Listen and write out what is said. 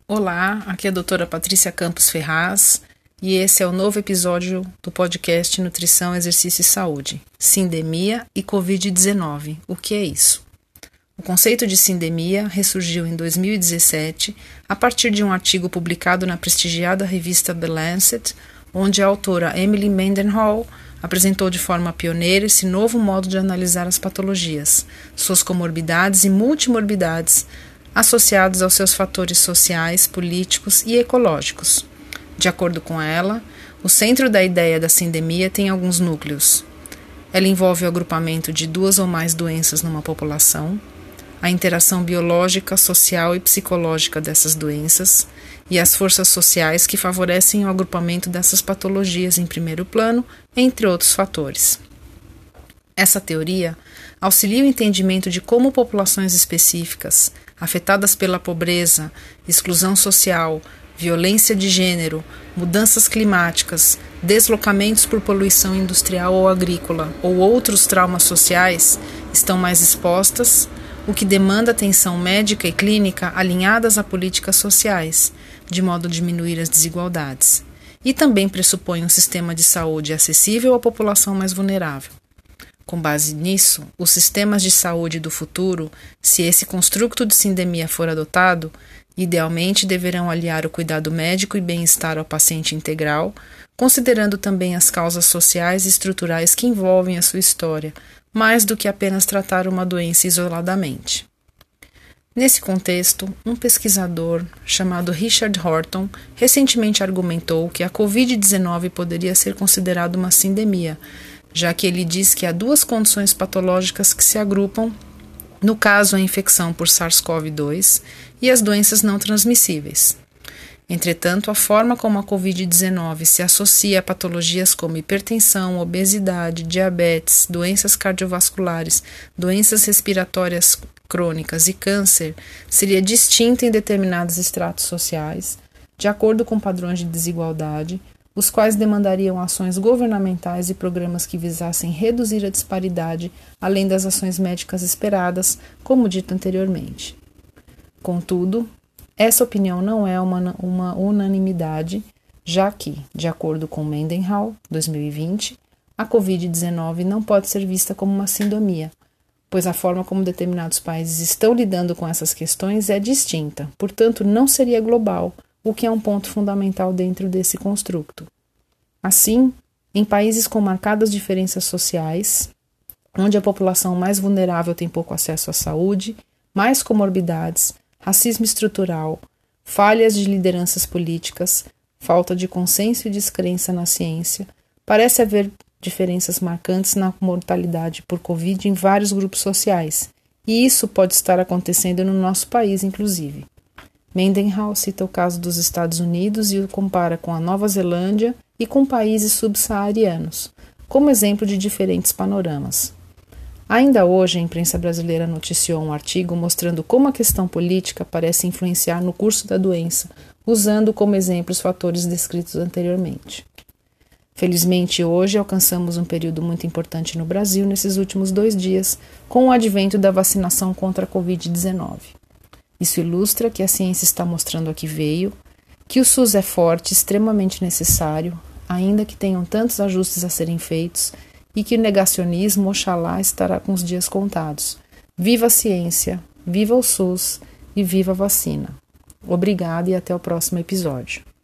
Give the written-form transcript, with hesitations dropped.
Olá, aqui é a doutora Patrícia Campos Ferraz e esse é o novo episódio do podcast Nutrição, Exercício e Saúde, Sindemia e Covid-19. O que é isso? O conceito de sindemia ressurgiu em 2017 a partir de um artigo publicado na prestigiada revista The Lancet, onde a autora Emily Mendenhall apresentou de forma pioneira esse novo modo de analisar as patologias, suas comorbidades e multimorbidades, associados aos seus fatores sociais, políticos e ecológicos. De acordo com ela, o centro da ideia da sindemia tem alguns núcleos. Ela envolve o agrupamento de duas ou mais doenças numa população, a interação biológica, social e psicológica dessas doenças e as forças sociais que favorecem o agrupamento dessas patologias em primeiro plano, entre outros fatores. Essa teoria auxilia o entendimento de como populações específicas, afetadas pela pobreza, exclusão social, violência de gênero, mudanças climáticas, deslocamentos por poluição industrial ou agrícola ou outros traumas sociais, estão mais expostas, o que demanda atenção médica e clínica alinhadas a políticas sociais, de modo a diminuir as desigualdades, e também pressupõe um sistema de saúde acessível à população mais vulnerável. Com base nisso, os sistemas de saúde do futuro, se esse construto de sindemia for adotado, idealmente deverão aliar o cuidado médico e bem-estar ao paciente integral, considerando também as causas sociais e estruturais que envolvem a sua história, mais do que apenas tratar uma doença isoladamente. Nesse contexto, um pesquisador chamado Richard Horton recentemente argumentou que a Covid-19 poderia ser considerada uma sindemia, já que ele diz que há duas condições patológicas que se agrupam, no caso a infecção por SARS-CoV-2 e as doenças não transmissíveis. Entretanto, a forma como a Covid-19 se associa a patologias como hipertensão, obesidade, diabetes, doenças cardiovasculares, doenças respiratórias crônicas e câncer seria distinta em determinados estratos sociais, de acordo com padrões de desigualdade, os quais demandariam ações governamentais e programas que visassem reduzir a disparidade, além das ações médicas esperadas, como dito anteriormente. Contudo, essa opinião não é uma unanimidade, já que, de acordo com Mendenhall, 2020, a Covid-19 não pode ser vista como uma sindemia, pois a forma como determinados países estão lidando com essas questões é distinta, portanto não seria global, o que é um ponto fundamental dentro desse construto. Assim, em países com marcadas diferenças sociais, onde a população mais vulnerável tem pouco acesso à saúde, mais comorbidades, racismo estrutural, falhas de lideranças políticas, falta de consenso e descrença na ciência, parece haver diferenças marcantes na mortalidade por Covid em vários grupos sociais, e isso pode estar acontecendo no nosso país, inclusive. Mendenhall cita o caso dos Estados Unidos e o compara com a Nova Zelândia e com países subsaarianos, como exemplo de diferentes panoramas. Ainda hoje, a imprensa brasileira noticiou um artigo mostrando como a questão política parece influenciar no curso da doença, usando como exemplo os fatores descritos anteriormente. Felizmente, hoje alcançamos um período muito importante no Brasil nesses últimos 2 dias, com o advento da vacinação contra a Covid-19. Isso ilustra que a ciência está mostrando a que veio, que o SUS é forte, extremamente necessário, ainda que tenham tantos ajustes a serem feitos, e que o negacionismo, oxalá, estará com os dias contados. Viva a ciência, viva o SUS e viva a vacina. Obrigada e até o próximo episódio.